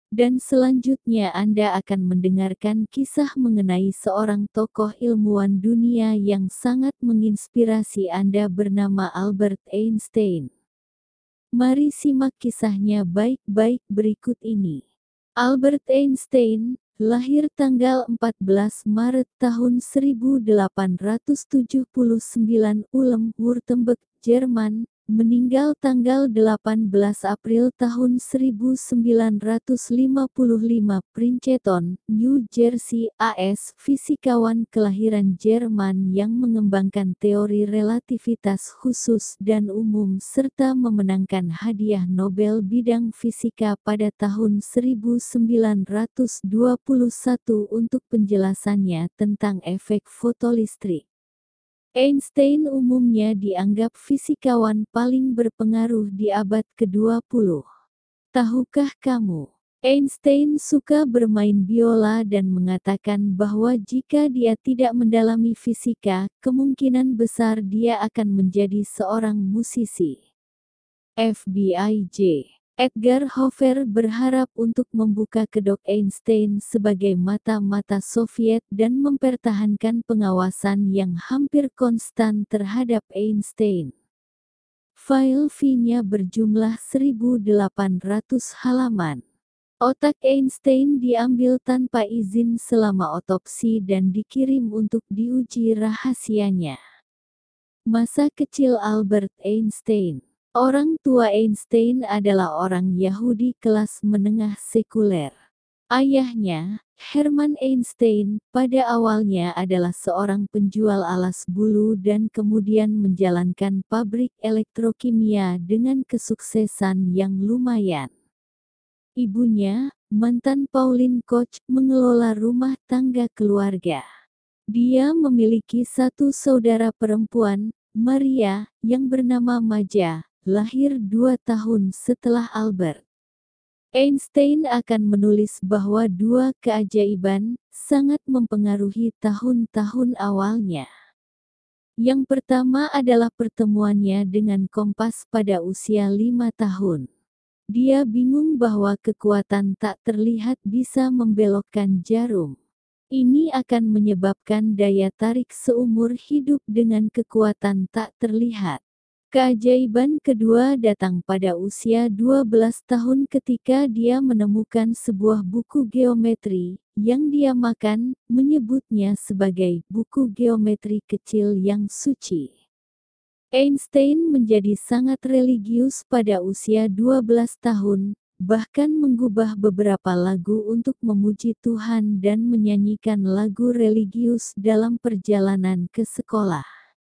Dan selanjutnya Anda akan mendengarkan kisah mengenai seorang tokoh ilmuwan dunia yang sangat menginspirasi Anda bernama Albert Einstein. Mari simak kisahnya baik-baik berikut ini. Albert Einstein, lahir tanggal 14 Maret tahun 1879 Ulm, Württemberg, Jerman, meninggal tanggal 18 April tahun 1955 Princeton, New Jersey, AS, fisikawan kelahiran Jerman yang mengembangkan teori relativitas khusus dan umum serta memenangkan hadiah Nobel bidang fisika pada tahun 1921 untuk penjelasannya tentang efek fotolistrik. Einstein umumnya dianggap fisikawan paling berpengaruh di abad ke-20. Tahukah kamu? Einstein suka bermain biola dan mengatakan bahwa jika dia tidak mendalami fisika, kemungkinan besar dia akan menjadi seorang musisi. FBIJ. Edgar Hoover berharap untuk membuka kedok Einstein sebagai mata-mata Soviet dan mempertahankan pengawasan yang hampir konstan terhadap Einstein. File fee-nya berjumlah 1.800 halaman. Otak Einstein diambil tanpa izin selama otopsi dan dikirim untuk diuji rahasianya. Masa kecil Albert Einstein. Orang tua Einstein adalah orang Yahudi kelas menengah sekuler. Ayahnya, Hermann Einstein, pada awalnya adalah seorang penjual alas bulu dan kemudian menjalankan pabrik elektrokimia dengan kesuksesan yang lumayan. Ibunya, mantan Pauline Koch, mengelola rumah tangga keluarga. Dia memiliki satu saudara perempuan, Maria, yang bernama Maja, lahir 2 tahun setelah Albert. Einstein akan menulis bahwa dua keajaiban sangat mempengaruhi tahun-tahun awalnya. Yang pertama adalah pertemuannya dengan kompas pada usia 5 tahun. Dia bingung bahwa kekuatan tak terlihat bisa membelokkan jarum. Ini akan menyebabkan daya tarik seumur hidup dengan kekuatan tak terlihat. Keajaiban kedua datang pada usia 12 tahun ketika dia menemukan sebuah buku geometri, yang dia makan, menyebutnya sebagai buku geometri kecil yang suci. Einstein menjadi sangat religius pada usia 12 tahun, bahkan mengubah beberapa lagu untuk memuji Tuhan dan menyanyikan lagu religius dalam perjalanan ke sekolah.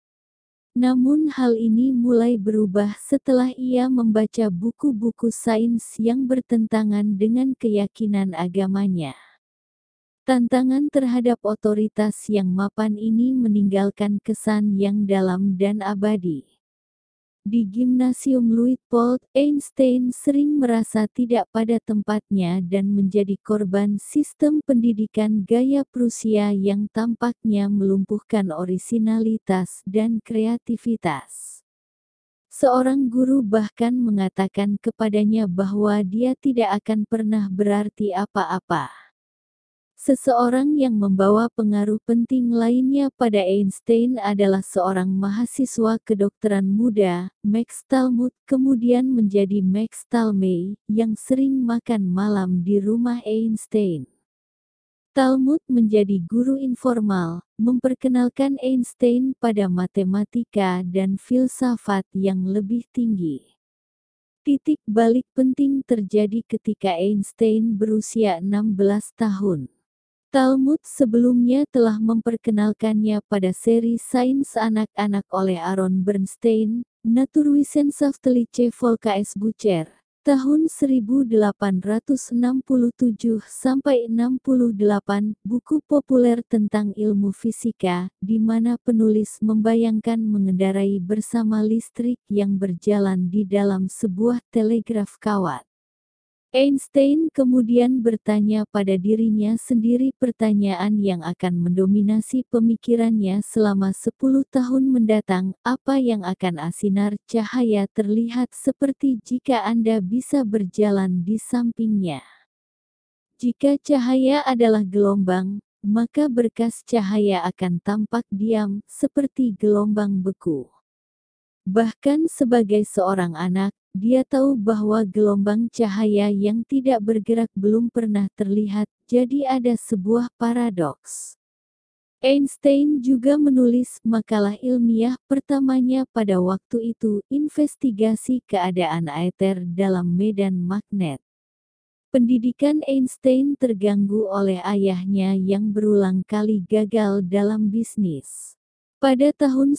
Namun hal ini mulai berubah setelah ia membaca buku-buku sains yang bertentangan dengan keyakinan agamanya. Tantangan terhadap otoritas yang mapan ini meninggalkan kesan yang dalam dan abadi. Di Gimnasium Luitpold, Einstein sering merasa tidak pada tempatnya dan menjadi korban sistem pendidikan gaya Prusia yang tampaknya melumpuhkan orisinalitas dan kreativitas. Seorang guru bahkan mengatakan kepadanya bahwa dia tidak akan pernah berarti apa-apa. Seseorang yang membawa pengaruh penting lainnya pada Einstein adalah seorang mahasiswa kedokteran muda, Max Talmud, kemudian menjadi Max Talmey, yang sering makan malam di rumah Einstein. Talmud menjadi guru informal, memperkenalkan Einstein pada matematika dan filsafat yang lebih tinggi. Titik balik penting terjadi ketika Einstein berusia 16 tahun. Talmud sebelumnya telah memperkenalkannya pada seri sains anak-anak oleh Aaron Bernstein, Naturwissenschaftliche Volksbucher, tahun 1867-68, buku populer tentang ilmu fisika, di mana penulis membayangkan mengendarai bersama listrik yang berjalan di dalam sebuah telegraf kawat. Einstein kemudian bertanya pada dirinya sendiri pertanyaan yang akan mendominasi pemikirannya selama 10 tahun mendatang, apa yang akan asinar cahaya terlihat seperti jika Anda bisa berjalan di sampingnya. Jika cahaya adalah gelombang, maka berkas cahaya akan tampak diam, seperti gelombang beku. Bahkan sebagai seorang anak, dia tahu bahwa gelombang cahaya yang tidak bergerak belum pernah terlihat, jadi ada sebuah paradoks. Einstein juga menulis makalah ilmiah pertamanya pada waktu itu, investigasi keadaan aether dalam medan magnet. Pendidikan Einstein terganggu oleh ayahnya yang berulang kali gagal dalam bisnis. Pada tahun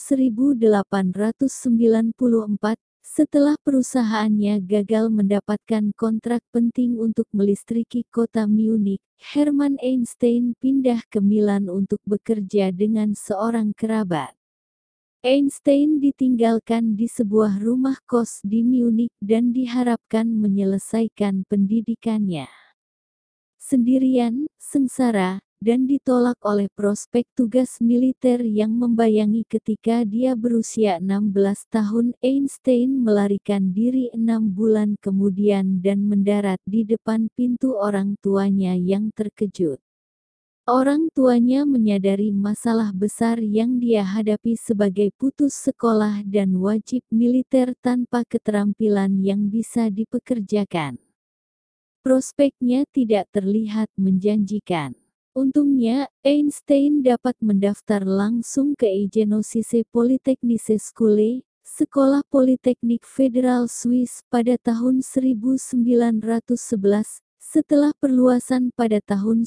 1894, setelah perusahaannya gagal mendapatkan kontrak penting untuk melistriki kota Munich, Hermann Einstein pindah ke Milan untuk bekerja dengan seorang kerabat. Einstein ditinggalkan di sebuah rumah kos di Munich dan diharapkan menyelesaikan pendidikannya sendirian, sengsara, dan ditolak oleh prospek tugas militer yang membayangi ketika dia berusia 16 tahun. Einstein melarikan diri 6 bulan kemudian dan mendarat di depan pintu orang tuanya yang terkejut. Orang tuanya menyadari masalah besar yang dia hadapi sebagai putus sekolah dan wajib militer tanpa keterampilan yang bisa dipekerjakan. Prospeknya tidak terlihat menjanjikan. Untungnya, Einstein dapat mendaftar langsung ke Genesische Polytechnische Schule, Sekolah Politeknik Federal Swiss pada tahun 1911. Setelah perluasan pada tahun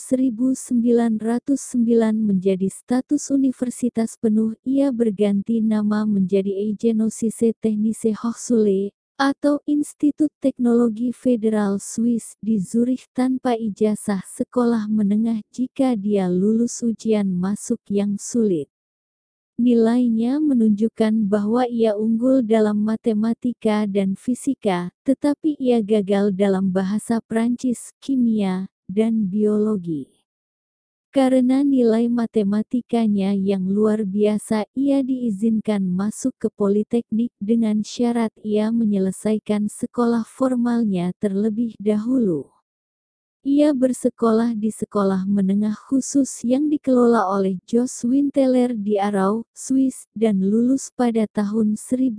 1909 menjadi status universitas penuh, ia berganti nama menjadi Genesische Technische Hochschule, atau Institut Teknologi Federal Swiss di Zurich tanpa ijazah sekolah menengah jika dia lulus ujian masuk yang sulit. Nilainya menunjukkan bahwa ia unggul dalam matematika dan fisika, tetapi ia gagal dalam bahasa Prancis, kimia, dan biologi. Karena nilai matematikanya yang luar biasa, ia diizinkan masuk ke Politeknik dengan syarat ia menyelesaikan sekolah formalnya terlebih dahulu. Ia bersekolah di sekolah menengah khusus yang dikelola oleh Jos Winteler di Aarau, Swiss, dan lulus pada tahun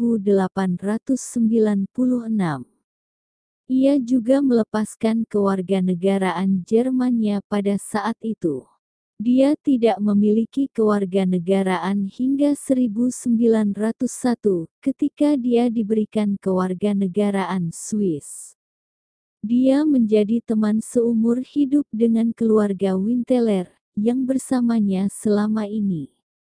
1896. Ia juga melepaskan kewarganegaraan Jermannya pada saat itu. Dia tidak memiliki kewarganegaraan hingga 1901, ketika dia diberikan kewarganegaraan Swiss. Dia menjadi teman seumur hidup dengan keluarga Winteler, yang bersamanya selama ini.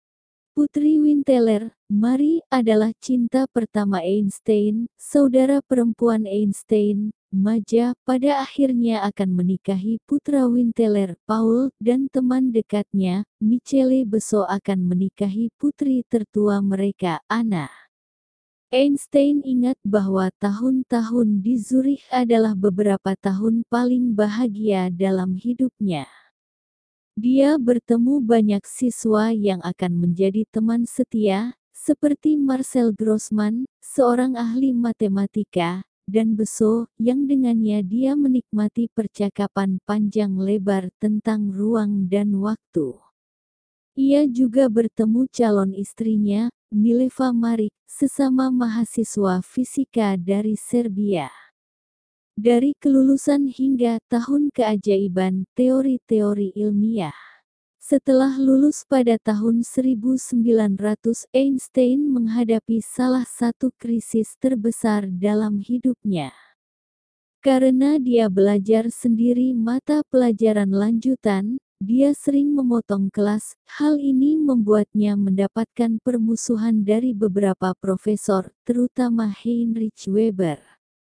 Putri Winteler, Marie, adalah cinta pertama Einstein. Saudara perempuan Einstein, Maja, pada akhirnya akan menikahi putra Winteler, Paul, dan teman dekatnya, Michele Beso akan menikahi putri tertua mereka, Anna. Einstein ingat bahwa tahun-tahun di Zurich adalah beberapa tahun paling bahagia dalam hidupnya. Dia bertemu banyak siswa yang akan menjadi teman setia, seperti Marcel Grossman, seorang ahli matematika, dan Beso, yang dengannya dia menikmati percakapan panjang lebar tentang ruang dan waktu. Ia juga bertemu calon istrinya, Mileva Maric, sesama mahasiswa fisika dari Serbia. Dari kelulusan hingga tahun keajaiban, teori-teori ilmiah. Setelah lulus pada tahun 1900, Einstein menghadapi salah satu krisis terbesar dalam hidupnya. Karena dia belajar sendiri mata pelajaran lanjutan, dia sering memotong kelas. Hal ini membuatnya mendapatkan permusuhan dari beberapa profesor, terutama Heinrich Weber.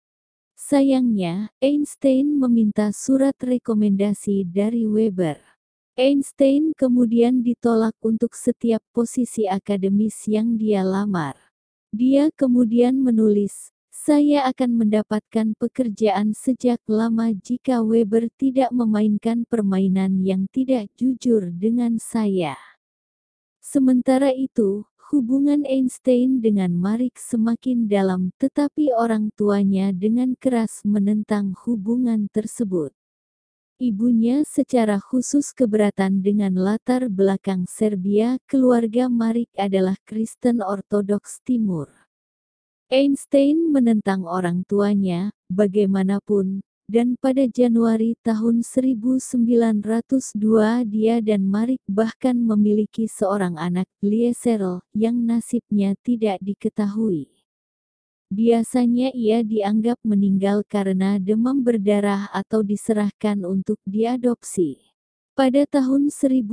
Sayangnya, Einstein meminta surat rekomendasi dari Weber. Einstein kemudian ditolak untuk setiap posisi akademis yang dia lamar. Dia kemudian menulis, "Saya akan mendapatkan pekerjaan sejak lama jika Weber tidak memainkan permainan yang tidak jujur dengan saya." Sementara itu, hubungan Einstein dengan Maric semakin dalam, tetapi orang tuanya dengan keras menentang hubungan tersebut. Ibunya secara khusus keberatan dengan latar belakang Serbia. Keluarga Marić adalah Kristen Ortodoks Timur. Einstein menentang orang tuanya, bagaimanapun, dan pada Januari tahun 1902 dia dan Marić bahkan memiliki seorang anak, Lieserl, yang nasibnya tidak diketahui. Biasanya ia dianggap meninggal karena demam berdarah atau diserahkan untuk diadopsi. Pada tahun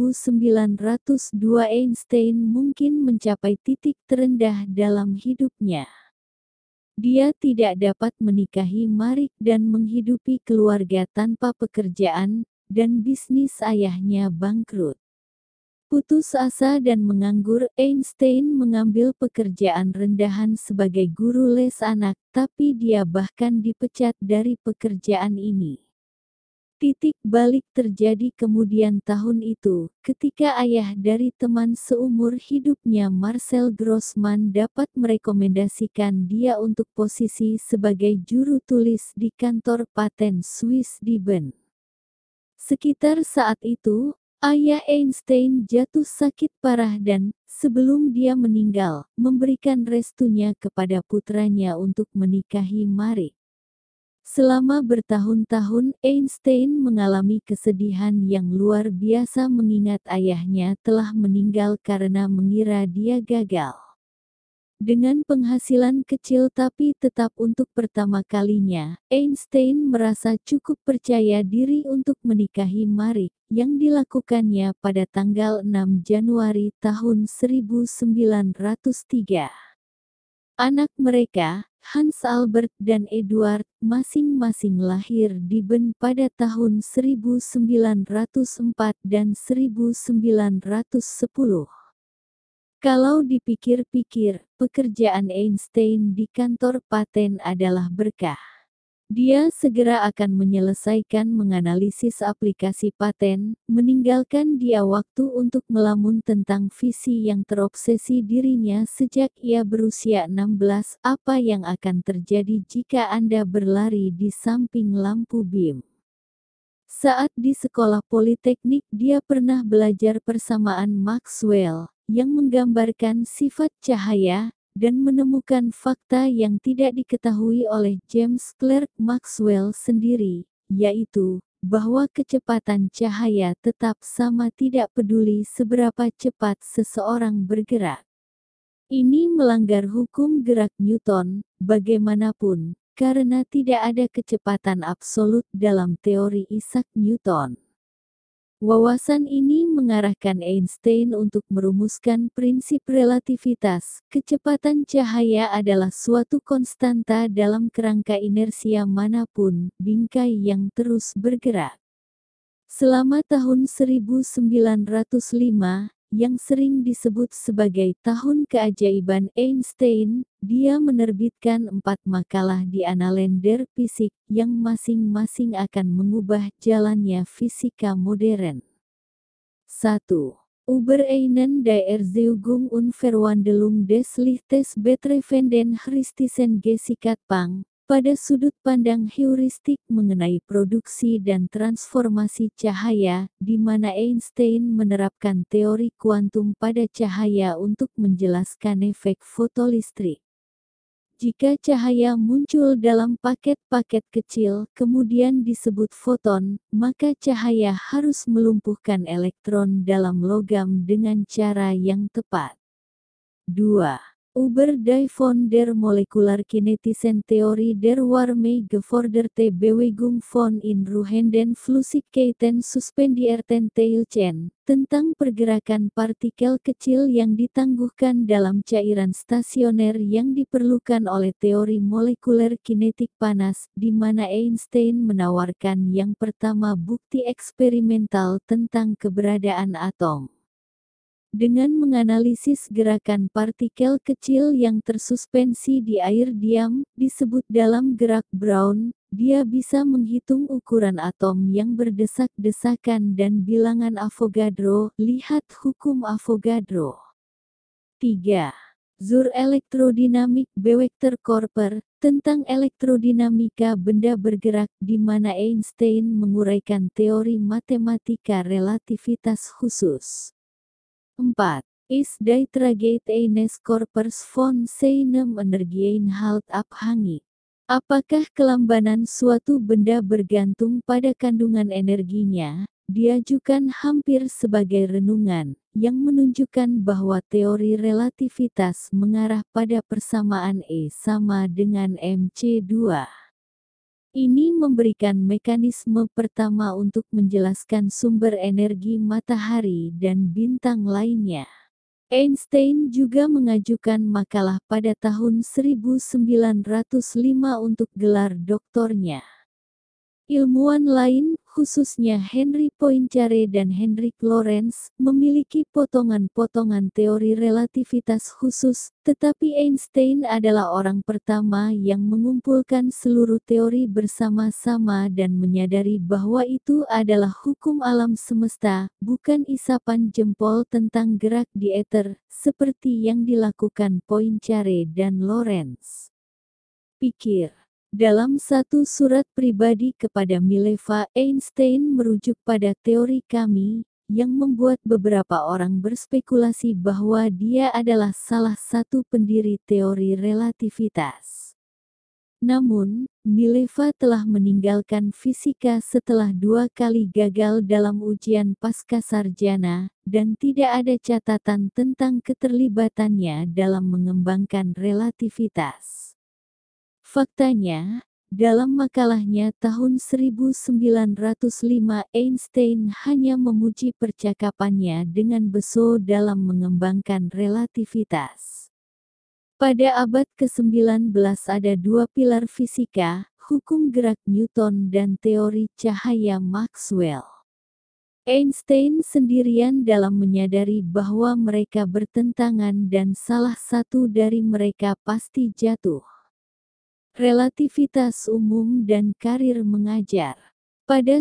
1902 Einstein mungkin mencapai titik terendah dalam hidupnya. Dia tidak dapat menikahi Marić dan menghidupi keluarga tanpa pekerjaan, dan bisnis ayahnya bangkrut. Putus asa dan menganggur, Einstein mengambil pekerjaan rendahan sebagai guru les anak, tapi dia bahkan dipecat dari pekerjaan ini. Titik balik terjadi kemudian tahun itu, ketika ayah dari teman seumur hidupnya Marcel Grossman dapat merekomendasikan dia untuk posisi sebagai juru tulis di kantor paten Swiss di Bern. Sekitar saat itu, ayah Einstein jatuh sakit parah dan, sebelum dia meninggal, memberikan restunya kepada putranya untuk menikahi Marić. Selama bertahun-tahun, Einstein mengalami kesedihan yang luar biasa mengingat ayahnya telah meninggal karena mengira dia gagal. Dengan penghasilan kecil tapi tetap untuk pertama kalinya, Einstein merasa cukup percaya diri untuk menikahi Marić, yang dilakukannya pada tanggal 6 Januari tahun 1903. Anak mereka, Hans Albert dan Eduard, masing-masing lahir di Bern pada tahun 1904 dan 1910. Kalau dipikir-pikir, pekerjaan Einstein di kantor paten adalah berkah. Dia segera akan menyelesaikan menganalisis aplikasi paten, meninggalkan dia waktu untuk melamun tentang visi yang terobsesi dirinya sejak ia berusia 16. Apa yang akan terjadi jika Anda berlari di samping lampu BIM? Saat di sekolah politeknik dia pernah belajar persamaan Maxwell, yang menggambarkan sifat cahaya, dan menemukan fakta yang tidak diketahui oleh James Clerk Maxwell sendiri, yaitu, bahwa kecepatan cahaya tetap sama tidak peduli seberapa cepat seseorang bergerak. Ini melanggar hukum gerak Newton, bagaimanapun, karena tidak ada kecepatan absolut dalam teori Isaac Newton. Wawasan ini mengarahkan Einstein untuk merumuskan prinsip relativitas. Kecepatan cahaya adalah suatu konstanta dalam kerangka inersia manapun, bingkai yang terus bergerak. Selama tahun 1905, yang sering disebut sebagai tahun keajaiban Einstein, dia menerbitkan 4 makalah di Annalen der Physik, yang masing-masing akan mengubah jalannya fisika modern. 1. Über einen der Erzeugung und Verwandlung des Lichtes betreffenden heuristischen Geschicklichkeit. Pada sudut pandang heuristik mengenai produksi dan transformasi cahaya, di mana Einstein menerapkan teori kuantum pada cahaya untuk menjelaskan efek fotolistrik. Jika cahaya muncul dalam paket-paket kecil, kemudian disebut foton, maka cahaya harus melumpuhkan elektron dalam logam dengan cara yang tepat. 2. Über die von der molekularkinetischen Theorie der Warme geforderte Bewegung von in ruhenden Flüssigkeiten suspendierten Teilchen, tentang pergerakan partikel kecil yang ditangguhkan dalam cairan stasioner yang diperlukan oleh teori molekuler kinetik panas, di mana Einstein menawarkan yang pertama bukti eksperimental tentang keberadaan atom. Dengan menganalisis gerakan partikel kecil yang tersuspensi di air diam, disebut dalam gerak Brown, dia bisa menghitung ukuran atom yang berdesak-desakan dan bilangan Avogadro. Lihat hukum Avogadro. 3. Zur Elektrodynamik Bewegter Körper, tentang elektrodinamika benda bergerak di mana Einstein menguraikan teori matematika relativitas khusus. 4. Is die Tragete eines Körpers von seinem Energieinhalt abhängig? Apakah kelambanan suatu benda bergantung pada kandungan energinya? Diajukan hampir sebagai renungan, yang menunjukkan bahwa teori relativitas mengarah pada persamaan E sama dengan mc2. Ini memberikan mekanisme pertama untuk menjelaskan sumber energi matahari dan bintang lainnya. Einstein juga mengajukan makalah pada tahun 1905 untuk gelar doktornya. Ilmuwan lain, khususnya Henry Poincaré dan Heinrich Lorentz, memiliki potongan-potongan teori relativitas khusus, tetapi Einstein adalah orang pertama yang mengumpulkan seluruh teori bersama-sama dan menyadari bahwa itu adalah hukum alam semesta, bukan isapan jempol tentang gerak di ether, seperti yang dilakukan Poincaré dan Lorentz. Pikir. Dalam satu surat pribadi kepada Mileva, Einstein merujuk pada teori kami, yang membuat beberapa orang berspekulasi bahwa dia adalah salah satu pendiri teori relativitas. Namun, Mileva telah meninggalkan fisika setelah 2 kali gagal dalam ujian pascasarjana, dan tidak ada catatan tentang keterlibatannya dalam mengembangkan relativitas. Faktanya, dalam makalahnya tahun 1905 Einstein hanya memuji percakapannya dengan Beso dalam mengembangkan relativitas. Pada abad ke-19 ada 2 pilar fisika, hukum gerak Newton dan teori cahaya Maxwell. Einstein sendirian dalam menyadari bahwa mereka bertentangan dan salah satu dari mereka pasti jatuh. Relativitas umum dan karir mengajar. Pada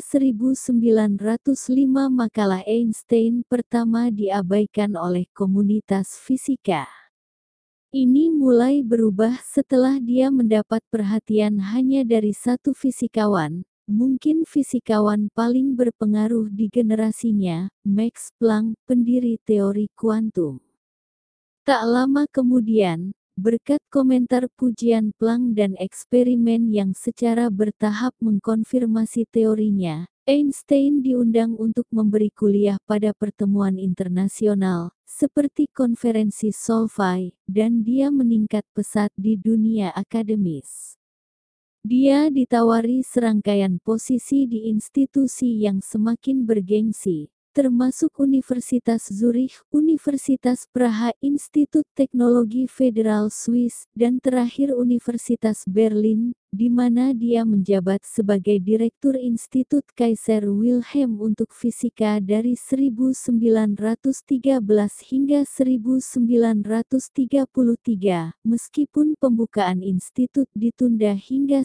1905 makalah Einstein pertama diabaikan oleh komunitas fisika. Ini mulai berubah setelah dia mendapat perhatian hanya dari satu fisikawan, mungkin fisikawan paling berpengaruh di generasinya, Max Planck, pendiri teori kuantum. Tak lama kemudian, berkat komentar pujian Planck dan eksperimen yang secara bertahap mengkonfirmasi teorinya, Einstein diundang untuk memberi kuliah pada pertemuan internasional, seperti konferensi Solvay, dan dia meningkat pesat di dunia akademis. Dia ditawari serangkaian posisi di institusi yang semakin bergengsi, termasuk Universitas Zurich, Universitas Praha, Institut Teknologi Federal Swiss, dan terakhir Universitas Berlin, di mana dia menjabat sebagai Direktur Institut Kaiser Wilhelm untuk fisika dari 1913 hingga 1933, meskipun pembukaan institut ditunda hingga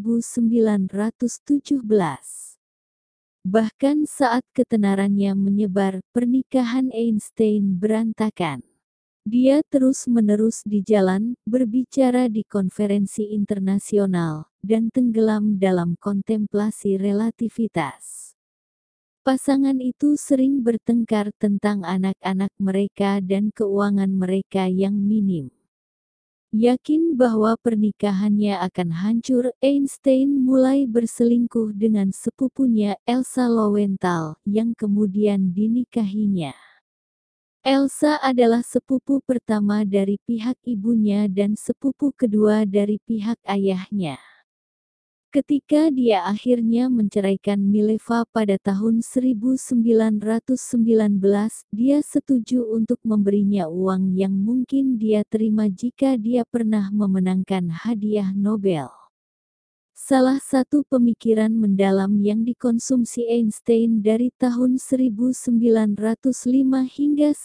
1917. Bahkan saat ketenarannya menyebar, pernikahan Einstein berantakan. Dia terus-menerus di jalan, berbicara di konferensi internasional, dan tenggelam dalam kontemplasi relativitas. Pasangan itu sering bertengkar tentang anak-anak mereka dan keuangan mereka yang minim. Yakin bahwa pernikahannya akan hancur, Einstein mulai berselingkuh dengan sepupunya, Elsa Lowenthal, yang kemudian dinikahinya. Elsa adalah sepupu pertama dari pihak ibunya dan sepupu kedua dari pihak ayahnya. Ketika dia akhirnya menceraikan Mileva pada tahun 1919, dia setuju untuk memberinya uang yang mungkin dia terima jika dia pernah memenangkan hadiah Nobel. Salah satu pemikiran mendalam yang dikonsumsi Einstein dari tahun 1905 hingga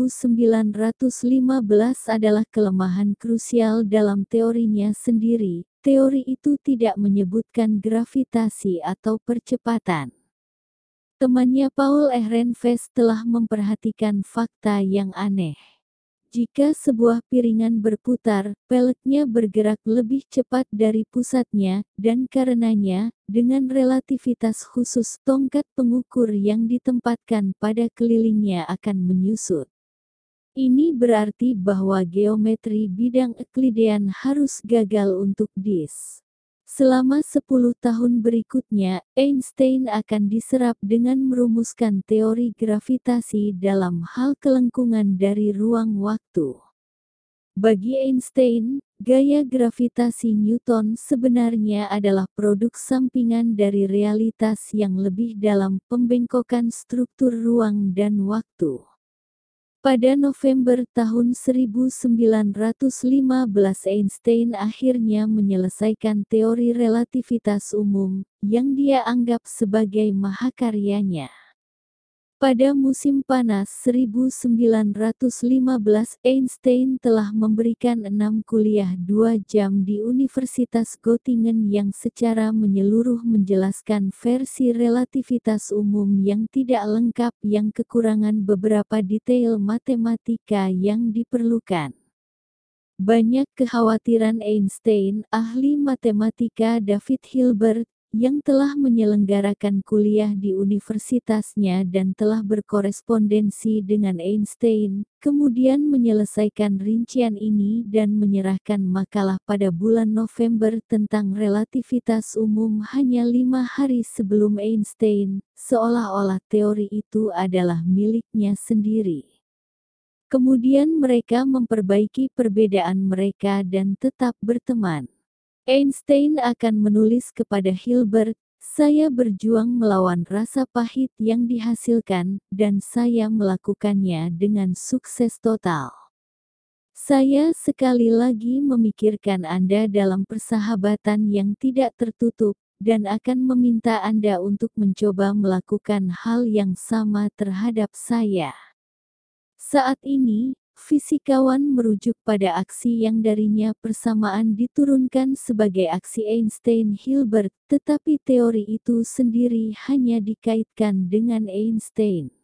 1915 adalah kelemahan krusial dalam teorinya sendiri. Teori itu tidak menyebutkan gravitasi atau percepatan. Temannya Paul Ehrenfest telah memperhatikan fakta yang aneh. Jika sebuah piringan berputar, peleknya bergerak lebih cepat dari pusatnya, dan karenanya, dengan relativitas khusus tongkat pengukur yang ditempatkan pada kelilingnya akan menyusut. Ini berarti bahwa geometri bidang Euklidean harus gagal untuk DIS. Selama 10 tahun berikutnya, Einstein akan diserap dengan merumuskan teori gravitasi dalam hal kelengkungan dari ruang-waktu. Bagi Einstein, gaya gravitasi Newton sebenarnya adalah produk sampingan dari realitas yang lebih dalam pembengkokan struktur ruang dan waktu. Pada November tahun 1915 Einstein akhirnya menyelesaikan teori relativitas umum, yang dia anggap sebagai mahakaryanya. Pada musim panas 1915 Einstein telah memberikan 6 kuliah 2 jam di Universitas Göttingen yang secara menyeluruh menjelaskan versi relativitas umum yang tidak lengkap yang kekurangan beberapa detail matematika yang diperlukan. Banyak kekhawatiran Einstein, ahli matematika David Hilbert, yang telah menyelenggarakan kuliah di universitasnya dan telah berkorespondensi dengan Einstein, kemudian menyelesaikan rincian ini dan menyerahkan makalah pada bulan November tentang relativitas umum hanya 5 hari sebelum Einstein, seolah-olah teori itu adalah miliknya sendiri. Kemudian mereka memperbaiki perbedaan mereka dan tetap berteman. Einstein akan menulis kepada Hilbert, "Saya berjuang melawan rasa pahit yang dihasilkan, dan saya melakukannya dengan sukses total. Saya sekali lagi memikirkan Anda dalam persahabatan yang tidak tertutup, dan akan meminta Anda untuk mencoba melakukan hal yang sama terhadap saya." Saat ini, fisikawan merujuk pada aksi yang darinya persamaan diturunkan sebagai aksi Einstein-Hilbert, tetapi teori itu sendiri hanya dikaitkan dengan Einstein.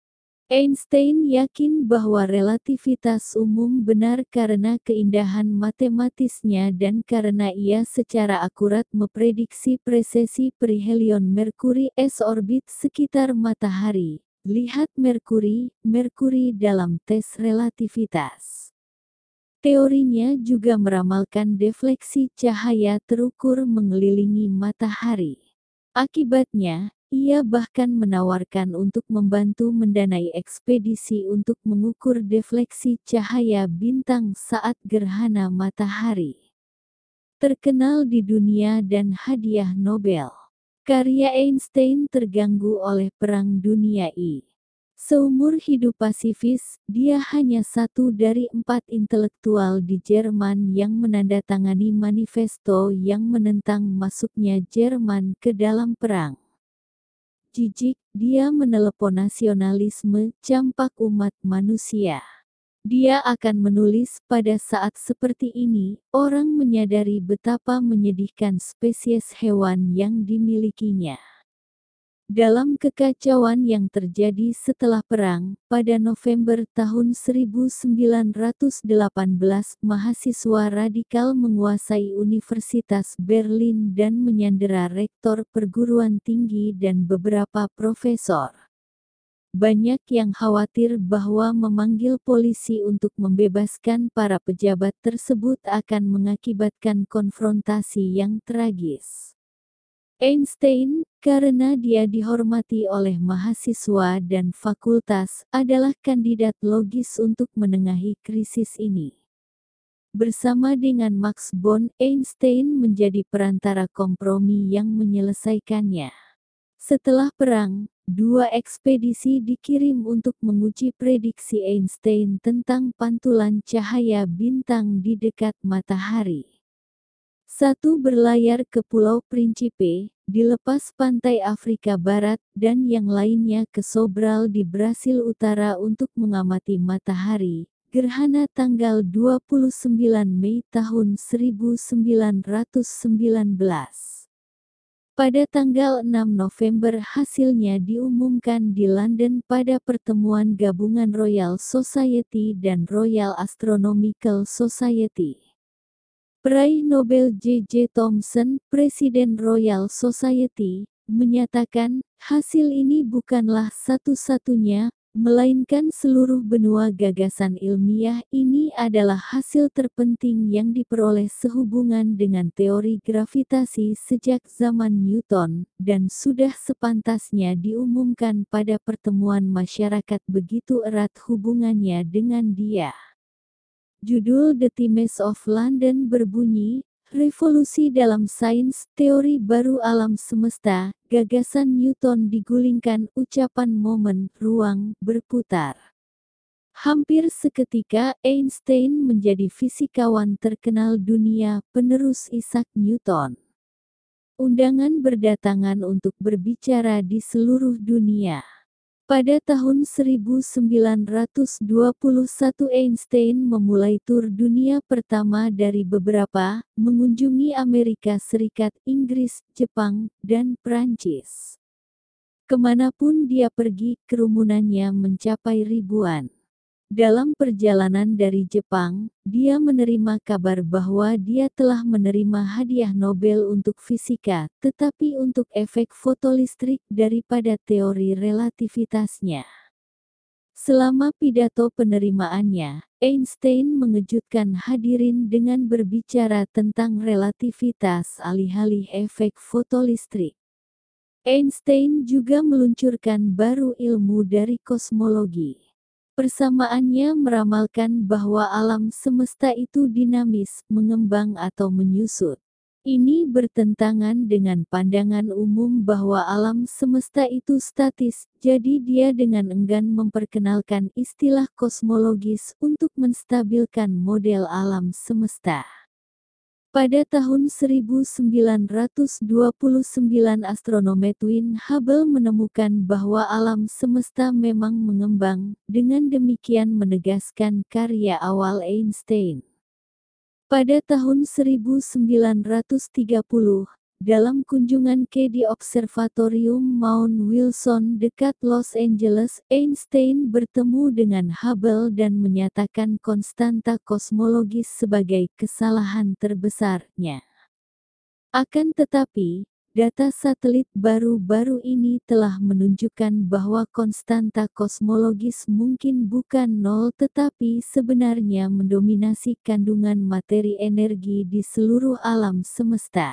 Einstein yakin bahwa relativitas umum benar karena keindahan matematisnya dan karena ia secara akurat memprediksi presesi perihelion Merkuri S-orbit sekitar matahari. Lihat Merkuri dalam tes relativitas. Teorinya juga meramalkan defleksi cahaya terukur mengelilingi matahari. Akibatnya, ia bahkan menawarkan untuk membantu mendanai ekspedisi untuk mengukur defleksi cahaya bintang saat gerhana matahari. Terkenal di dunia dan hadiah Nobel. Karya Einstein terganggu oleh Perang Dunia I. Seumur hidup pasifis, dia hanya satu dari 4 intelektual di Jerman yang menandatangani manifesto yang menentang masuknya Jerman ke dalam perang. Jijik, dia menelepon nasionalisme, campak umat manusia. Dia akan menulis, pada saat seperti ini, orang menyadari betapa menyedihkan spesies hewan yang dimilikinya. Dalam kekacauan yang terjadi setelah perang, pada November tahun 1918, mahasiswa radikal menguasai Universitas Berlin dan menyandera rektor perguruan tinggi dan beberapa profesor. Banyak yang khawatir bahwa memanggil polisi untuk membebaskan para pejabat tersebut akan mengakibatkan konfrontasi yang tragis. Einstein, karena dia dihormati oleh mahasiswa dan fakultas, adalah kandidat logis untuk menengahi krisis ini. Bersama dengan Max Born, Einstein menjadi perantara kompromi yang menyelesaikannya. Setelah perang, 2 ekspedisi dikirim untuk menguji prediksi Einstein tentang pantulan cahaya bintang di dekat matahari. Satu berlayar ke Pulau Principe, di lepas pantai Afrika Barat, dan yang lainnya ke Sobral di Brasil Utara untuk mengamati matahari. Gerhana tanggal 29 Mei tahun 1919. Pada tanggal 6 November hasilnya diumumkan di London pada pertemuan gabungan Royal Society dan Royal Astronomical Society. Peraih Nobel J.J. Thomson, Presiden Royal Society, menyatakan, hasil ini bukanlah satu-satunya, melainkan seluruh benua gagasan ilmiah ini adalah hasil terpenting yang diperoleh sehubungan dengan teori gravitasi sejak zaman Newton, dan sudah sepantasnya diumumkan pada pertemuan masyarakat begitu erat hubungannya dengan dia. Judul The Times of London berbunyi, Revolusi dalam Sains, Teori Baru Alam Semesta, Gagasan Newton digulingkan, ucapan momen, ruang, berputar. Hampir seketika Einstein menjadi fisikawan terkenal dunia, penerus Isaac Newton. Undangan berdatangan untuk berbicara di seluruh dunia. Pada tahun 1921 Einstein memulai tur dunia pertama dari beberapa, mengunjungi Amerika Serikat, Inggris, Jepang, dan Prancis. Kemanapun dia pergi, kerumunannya mencapai ribuan. Dalam perjalanan dari Jepang, dia menerima kabar bahwa dia telah menerima hadiah Nobel untuk fisika, tetapi untuk efek fotolistrik daripada teori relativitasnya. Selama pidato penerimaannya, Einstein mengejutkan hadirin dengan berbicara tentang relativitas alih-alih efek fotolistrik. Einstein juga meluncurkan baru ilmu dari kosmologi. Persamaannya meramalkan bahwa alam semesta itu dinamis, mengembang atau menyusut. Ini bertentangan dengan pandangan umum bahwa alam semesta itu statis, jadi dia dengan enggan memperkenalkan istilah kosmologis untuk menstabilkan model alam semesta. Pada tahun 1929 astronom Edwin Hubble menemukan bahwa alam semesta memang mengembang, dengan demikian menegaskan karya awal Einstein. Pada tahun 1930, dalam kunjungan di Observatorium Mount Wilson dekat Los Angeles, Einstein bertemu dengan Hubble dan menyatakan konstanta kosmologis sebagai kesalahan terbesarnya. Akan tetapi, data satelit baru-baru ini telah menunjukkan bahwa konstanta kosmologis mungkin bukan nol tetapi sebenarnya mendominasi kandungan materi energi di seluruh alam semesta.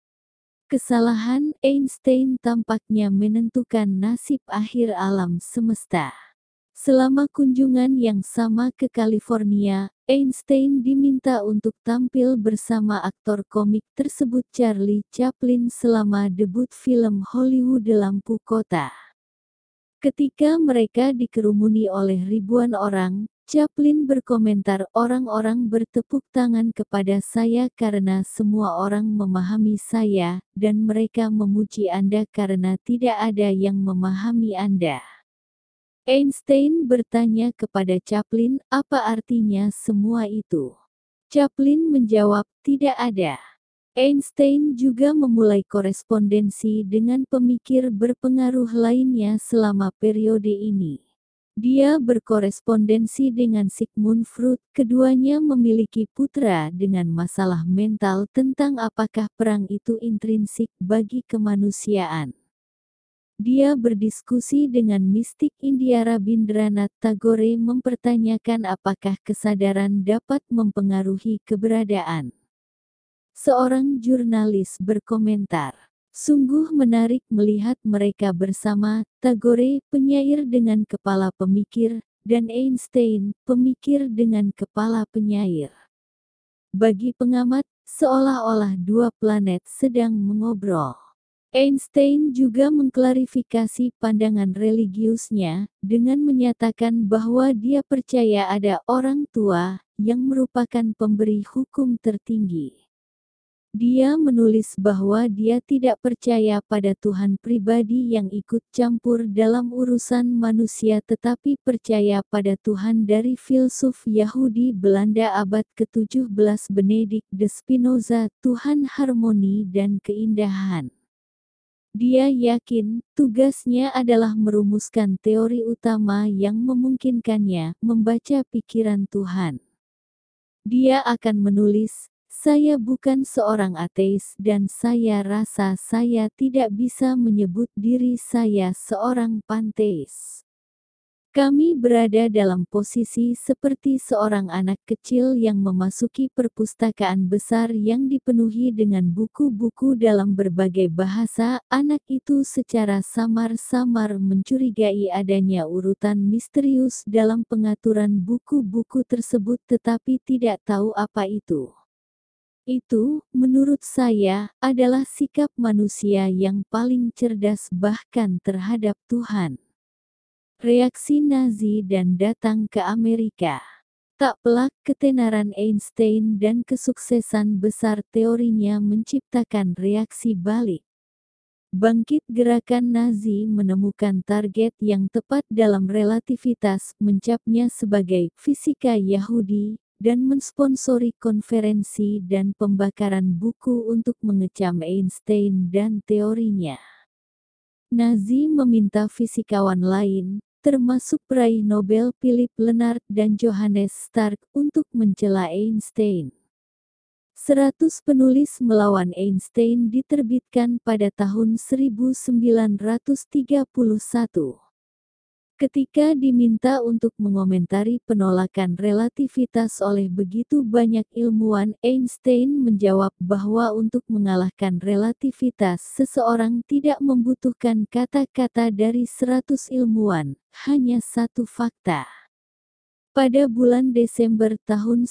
Kesalahan Einstein tampaknya menentukan nasib akhir alam semesta. Selama kunjungan yang sama ke California, Einstein diminta untuk tampil bersama aktor komik tersebut Charlie Chaplin selama debut film Hollywood Lampu Kota. Ketika mereka dikerumuni oleh ribuan orang, Chaplin berkomentar, orang-orang bertepuk tangan kepada saya karena semua orang memahami saya, dan mereka memuji Anda karena tidak ada yang memahami Anda. Einstein bertanya kepada Chaplin, apa artinya semua itu? Chaplin menjawab, tidak ada. Einstein juga memulai korespondensi dengan pemikir berpengaruh lainnya selama periode ini. Dia berkorespondensi dengan Sigmund Freud, keduanya memiliki putra dengan masalah mental tentang apakah perang itu intrinsik bagi kemanusiaan. Dia berdiskusi dengan mistik India Rabindranath Tagore mempertanyakan apakah kesadaran dapat mempengaruhi keberadaan. Seorang jurnalis berkomentar, sungguh menarik melihat mereka bersama, Tagore, penyair dengan kepala pemikir, dan Einstein, pemikir dengan kepala penyair. Bagi pengamat, seolah-olah dua planet sedang mengobrol. Einstein juga mengklarifikasi pandangan religiusnya, dengan menyatakan bahwa dia percaya ada orang tua, yang merupakan pemberi hukum tertinggi. Dia menulis bahwa dia tidak percaya pada Tuhan pribadi yang ikut campur dalam urusan manusia tetapi percaya pada Tuhan dari filsuf Yahudi Belanda abad ke-17 Benedict de Spinoza, Tuhan harmoni dan keindahan. Dia yakin tugasnya adalah merumuskan teori utama yang memungkinkannya membaca pikiran Tuhan. Dia akan menulis, "Saya bukan seorang ateis dan saya rasa saya tidak bisa menyebut diri saya seorang panteis." Kami berada dalam posisi seperti seorang anak kecil yang memasuki perpustakaan besar yang dipenuhi dengan buku-buku dalam berbagai bahasa. Anak itu secara samar-samar mencurigai adanya urutan misterius dalam pengaturan buku-buku tersebut tetapi tidak tahu apa itu. Itu, menurut saya, adalah sikap manusia yang paling cerdas bahkan terhadap Tuhan. Reaksi Nazi dan datang ke Amerika. Tak pelak ketenaran Einstein dan kesuksesan besar teorinya menciptakan reaksi balik. Bangkit gerakan Nazi menemukan target yang tepat dalam relativitas, mencapnya sebagai fisika Yahudi, dan mensponsori konferensi dan pembakaran buku untuk mengecam Einstein dan teorinya. Nazi meminta fisikawan lain, termasuk peraih Nobel Philip Lenard dan Johannes Stark, untuk mencela Einstein. 100 penulis melawan Einstein diterbitkan pada tahun 1931. Ketika diminta untuk mengomentari penolakan relativitas oleh begitu banyak ilmuwan, Einstein menjawab bahwa untuk mengalahkan relativitas seseorang tidak membutuhkan kata-kata dari 100 ilmuwan, hanya satu fakta. Pada bulan Desember tahun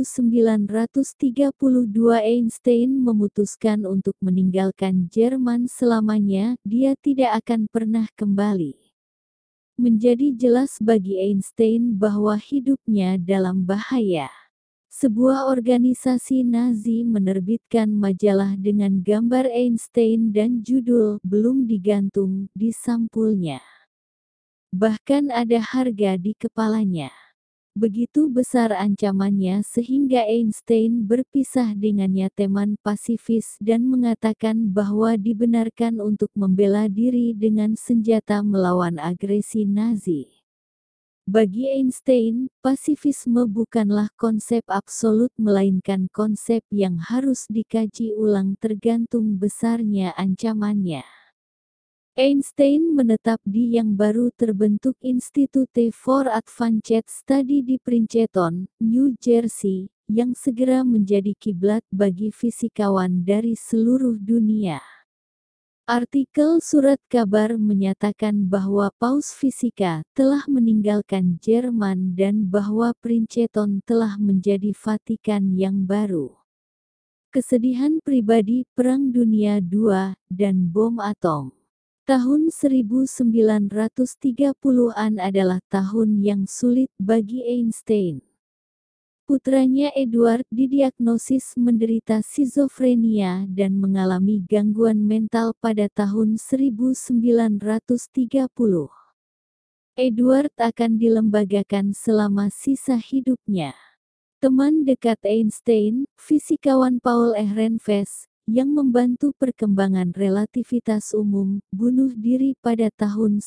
1932 Einstein memutuskan untuk meninggalkan Jerman selamanya, dia tidak akan pernah kembali. Menjadi jelas bagi Einstein bahwa hidupnya dalam bahaya. Sebuah organisasi Nazi menerbitkan majalah dengan gambar Einstein dan judul "Belum digantung" di sampulnya. Bahkan ada harga di kepalanya. Begitu besar ancamannya sehingga Einstein berpisah dengannya teman pasifis dan mengatakan bahwa dibenarkan untuk membela diri dengan senjata melawan agresi Nazi. Bagi Einstein, pasifisme bukanlah konsep absolut melainkan konsep yang harus dikaji ulang tergantung besarnya ancamannya. Einstein menetap di yang baru terbentuk Institute for Advanced Study di Princeton, New Jersey, yang segera menjadi kiblat bagi fisikawan dari seluruh dunia. Artikel surat kabar menyatakan bahwa Paus Fisika telah meninggalkan Jerman dan bahwa Princeton telah menjadi Vatikan yang baru. Kesedihan pribadi, Perang Dunia II, dan bom atom. Tahun 1930-an adalah tahun yang sulit bagi Einstein. Putranya Edward didiagnosis menderita skizofrenia dan mengalami gangguan mental pada tahun 1930. Edward akan dilembagakan selama sisa hidupnya. Teman dekat Einstein, fisikawan Paul Ehrenfest, yang membantu perkembangan relativitas umum, bunuh diri pada tahun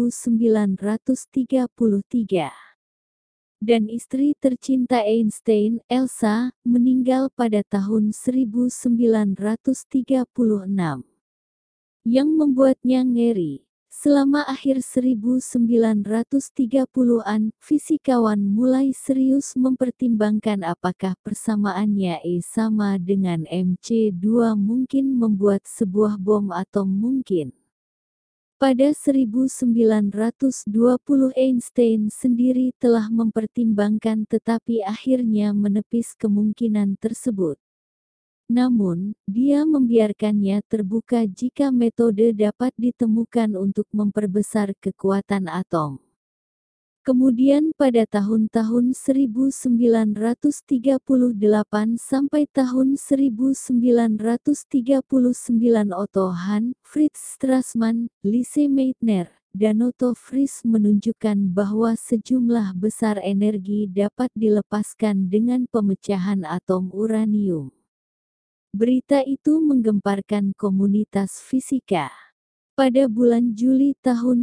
1933. Dan istri tercinta Einstein, Elsa, meninggal pada tahun 1936. Yang membuatnya ngeri. Selama akhir 1930-an, fisikawan mulai serius mempertimbangkan apakah persamaannya E sama dengan mc2 mungkin membuat sebuah bom atom mungkin. Pada 1920 Einstein sendiri telah mempertimbangkan tetapi akhirnya menepis kemungkinan tersebut. Namun, dia membiarkannya terbuka jika metode dapat ditemukan untuk memperbesar kekuatan atom. Kemudian pada tahun-tahun 1938 sampai tahun 1939 Otto Hahn, Fritz Strassmann, Lise Meitner, dan Otto Frisch menunjukkan bahwa sejumlah besar energi dapat dilepaskan dengan pemecahan atom uranium. Berita itu menggemparkan komunitas fisika. Pada bulan Juli tahun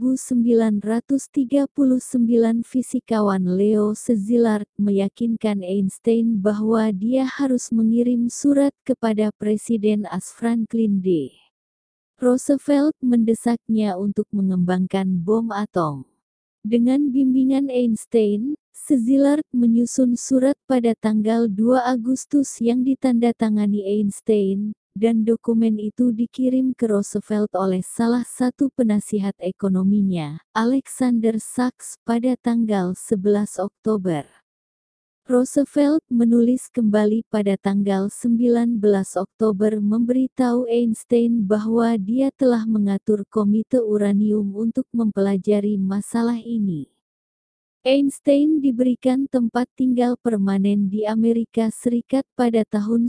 1939 fisikawan Leo Szilard meyakinkan Einstein bahwa dia harus mengirim surat kepada Presiden AS Franklin D. Roosevelt mendesaknya untuk mengembangkan bom atom. Dengan bimbingan Einstein, Szilard menyusun surat pada tanggal 2 Agustus yang ditandatangani Einstein, dan dokumen itu dikirim ke Roosevelt oleh salah satu penasihat ekonominya, Alexander Sachs, pada tanggal 11 Oktober. Roosevelt menulis kembali pada tanggal 19 Oktober memberitahu Einstein bahwa dia telah mengatur komite uranium untuk mempelajari masalah ini. Einstein diberikan tempat tinggal permanen di Amerika Serikat pada tahun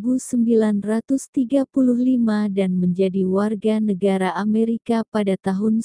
1935 dan menjadi warga negara Amerika pada tahun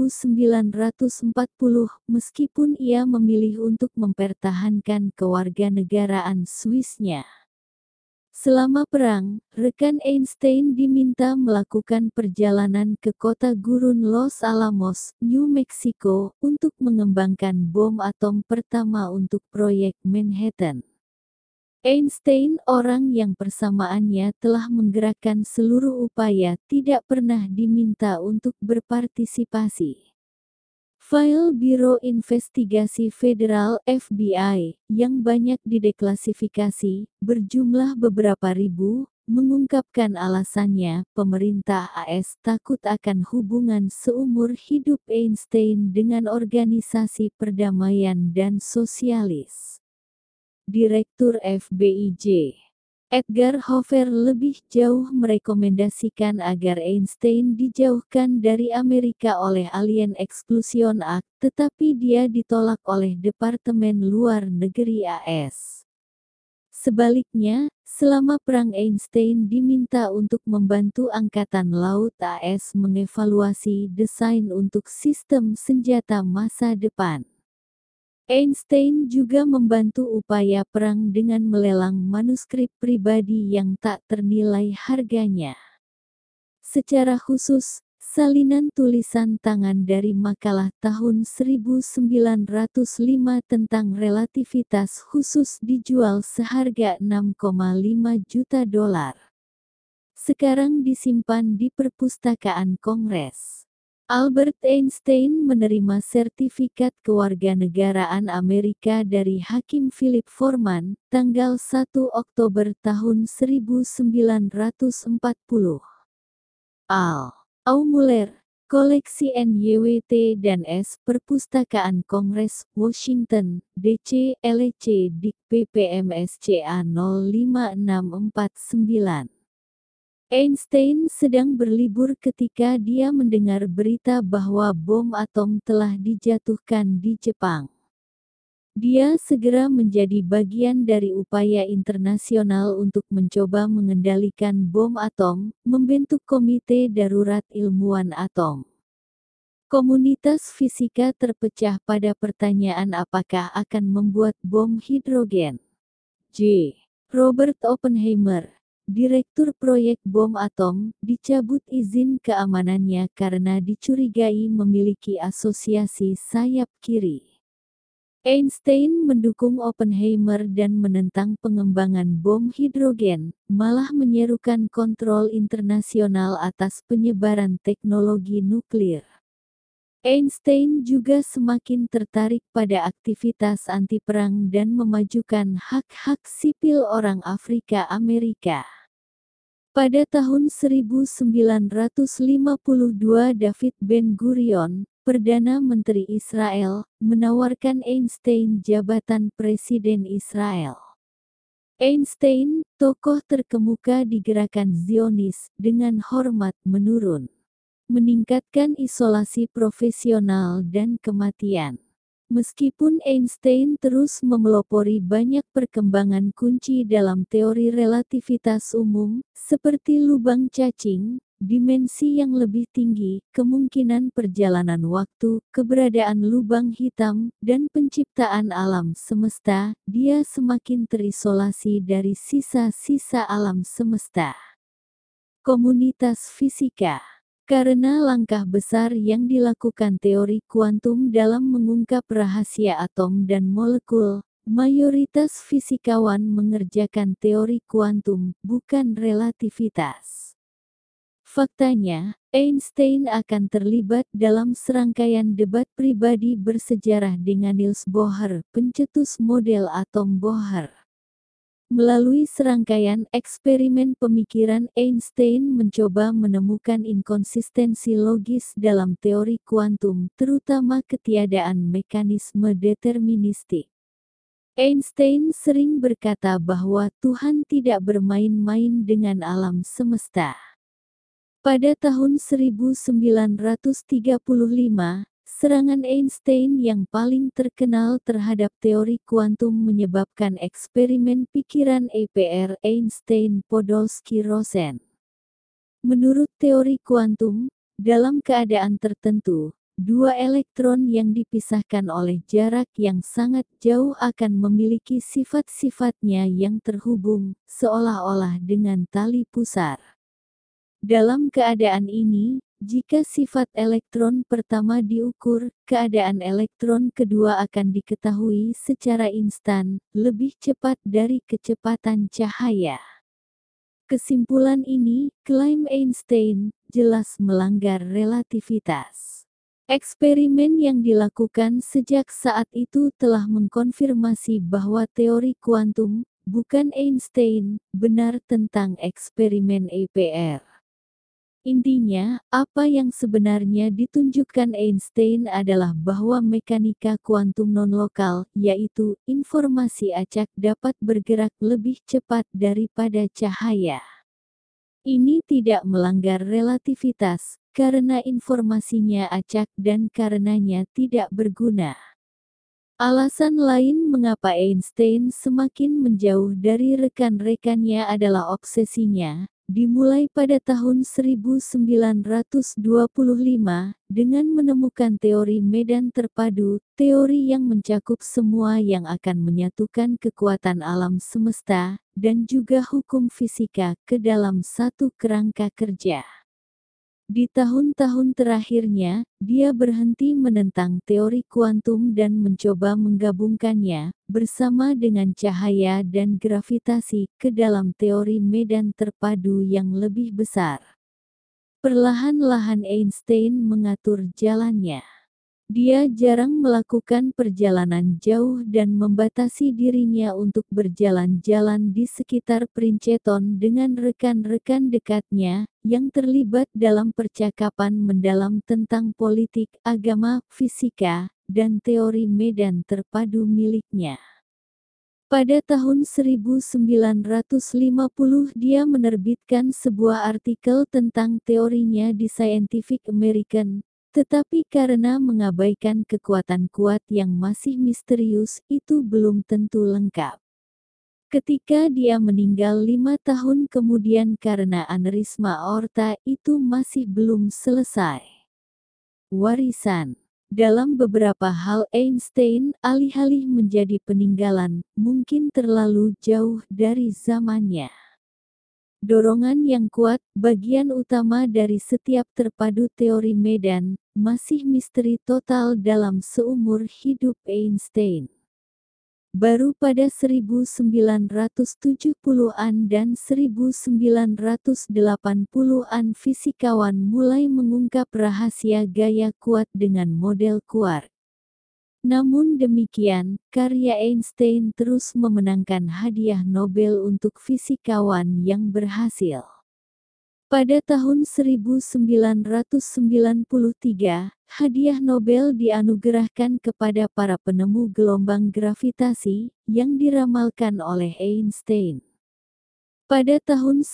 1940, meskipun ia memilih untuk mempertahankan kewarganegaraan Swissnya. Selama perang, rekan Einstein diminta melakukan perjalanan ke kota gurun Los Alamos, New Mexico, untuk mengembangkan bom atom pertama untuk proyek Manhattan. Einstein, orang yang persamaannya telah menggerakkan seluruh upaya, tidak pernah diminta untuk berpartisipasi. File Biro Investigasi Federal (FBI) yang banyak dideklasifikasi, berjumlah beberapa ribu, mengungkapkan alasannya. Pemerintah AS takut akan hubungan seumur hidup Einstein dengan organisasi perdamaian dan sosialis. Direktur FBI J. Edgar Hoover lebih jauh merekomendasikan agar Einstein dijauhkan dari Amerika oleh Alien Exclusion Act, tetapi dia ditolak oleh Departemen Luar Negeri AS. Sebaliknya, selama perang Einstein diminta untuk membantu Angkatan Laut AS mengevaluasi desain untuk sistem senjata masa depan. Einstein juga membantu upaya perang dengan melelang manuskrip pribadi yang tak ternilai harganya. Secara khusus, salinan tulisan tangan dari makalah tahun 1905 tentang relativitas khusus dijual seharga $6,5 juta. Sekarang disimpan di Perpustakaan Kongres. Albert Einstein menerima sertifikat kewarganegaraan Amerika dari Hakim Philip Forman, tanggal 1 Oktober tahun 1940. Al. Aumuller, Koleksi NYWT dan S. Perpustakaan Kongres, Washington, DC, LEC Dik PPMSCA 05649. Einstein sedang berlibur ketika dia mendengar berita bahwa bom atom telah dijatuhkan di Jepang. Dia segera menjadi bagian dari upaya internasional untuk mencoba mengendalikan bom atom, membentuk Komite Darurat Ilmuwan Atom. Komunitas fisika terpecah pada pertanyaan apakah akan membuat bom hidrogen. J. Robert Oppenheimer, Direktur Proyek Bom Atom, dicabut izin keamanannya karena dicurigai memiliki asosiasi sayap kiri. Einstein mendukung Oppenheimer dan menentang pengembangan bom hidrogen, malah menyerukan kontrol internasional atas penyebaran teknologi nuklir. Einstein juga semakin tertarik pada aktivitas anti-perang dan memajukan hak-hak sipil orang Afrika Amerika. Pada tahun 1952 David Ben-Gurion, Perdana Menteri Israel, menawarkan Einstein jabatan Presiden Israel. Einstein, tokoh terkemuka di gerakan Zionis, dengan hormat menurun. Meningkatkan isolasi profesional dan kematian. Meskipun Einstein terus memelopori banyak perkembangan kunci dalam teori relativitas umum, seperti lubang cacing, dimensi yang lebih tinggi, kemungkinan perjalanan waktu, keberadaan lubang hitam, dan penciptaan alam semesta, dia semakin terisolasi dari sisa-sisa alam semesta. Komunitas fisika. Karena langkah besar yang dilakukan teori kuantum dalam mengungkap rahasia atom dan molekul, mayoritas fisikawan mengerjakan teori kuantum, bukan relativitas. Faktanya, Einstein akan terlibat dalam serangkaian debat pribadi bersejarah dengan Niels Bohr, pencetus model atom Bohr. Melalui serangkaian eksperimen pemikiran, Einstein mencoba menemukan inkonsistensi logis dalam teori kuantum, terutama ketiadaan mekanisme deterministik. Einstein sering berkata bahwa Tuhan tidak bermain-main dengan alam semesta. Pada tahun 1935, serangan Einstein yang paling terkenal terhadap teori kuantum menyebabkan eksperimen pikiran EPR Einstein-Podolsky-Rosen. Menurut teori kuantum, dalam keadaan tertentu, dua elektron yang dipisahkan oleh jarak yang sangat jauh akan memiliki sifat-sifatnya yang terhubung, seolah-olah dengan tali pusar. Dalam keadaan ini, jika sifat elektron pertama diukur, keadaan elektron kedua akan diketahui secara instan, lebih cepat dari kecepatan cahaya. Kesimpulan ini, klaim Einstein, jelas melanggar relativitas. Eksperimen yang dilakukan sejak saat itu telah mengkonfirmasi bahwa teori kuantum, bukan Einstein, benar tentang eksperimen EPR. Intinya, apa yang sebenarnya ditunjukkan Einstein adalah bahwa mekanika kuantum non-lokal, yaitu informasi acak dapat bergerak lebih cepat daripada cahaya. Ini tidak melanggar relativitas, karena informasinya acak dan karenanya tidak berguna. Alasan lain mengapa Einstein semakin menjauh dari rekan-rekannya adalah obsesinya, dimulai pada tahun 1925, dengan menemukan teori medan terpadu, teori yang mencakup semua yang akan menyatukan kekuatan alam semesta, dan juga hukum fisika ke dalam satu kerangka kerja. Di tahun-tahun terakhirnya, dia berhenti menentang teori kuantum dan mencoba menggabungkannya, bersama dengan cahaya dan gravitasi, ke dalam teori medan terpadu yang lebih besar. Perlahan-lahan Einstein mengatur jalannya. Dia jarang melakukan perjalanan jauh dan membatasi dirinya untuk berjalan-jalan di sekitar Princeton dengan rekan-rekan dekatnya, yang terlibat dalam percakapan mendalam tentang politik, agama, fisika, dan teori medan terpadu miliknya. Pada tahun 1950 dia menerbitkan sebuah artikel tentang teorinya di Scientific American. Tetapi karena mengabaikan kekuatan kuat yang masih misterius, itu belum tentu lengkap. Ketika dia meninggal 5 tahun kemudian karena aneurisma aorta, itu masih belum selesai. Warisan. Dalam beberapa hal Einstein, alih-alih menjadi peninggalan, mungkin terlalu jauh dari zamannya. Dorongan yang kuat, bagian utama dari setiap terpadu teori medan, masih misteri total dalam seumur hidup Einstein. Baru pada 1970-an dan 1980-an fisikawan mulai mengungkap rahasia gaya kuat dengan model quark. Namun demikian, karya Einstein terus memenangkan hadiah Nobel untuk fisikawan yang berhasil. Pada tahun 1993, hadiah Nobel dianugerahkan kepada para penemu gelombang gravitasi, yang diramalkan oleh Einstein. Pada tahun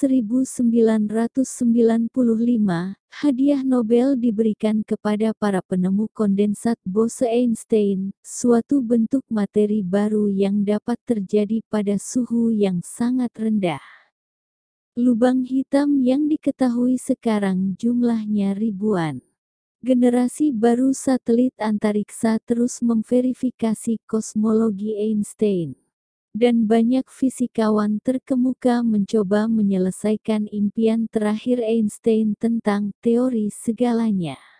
1995, hadiah Nobel diberikan kepada para penemu kondensat Bose-Einstein, suatu bentuk materi baru yang dapat terjadi pada suhu yang sangat rendah. Lubang hitam yang diketahui sekarang jumlahnya ribuan. Generasi baru satelit antariksa terus memverifikasi kosmologi Einstein. Dan banyak fisikawan terkemuka mencoba menyelesaikan impian terakhir Einstein tentang teori segalanya.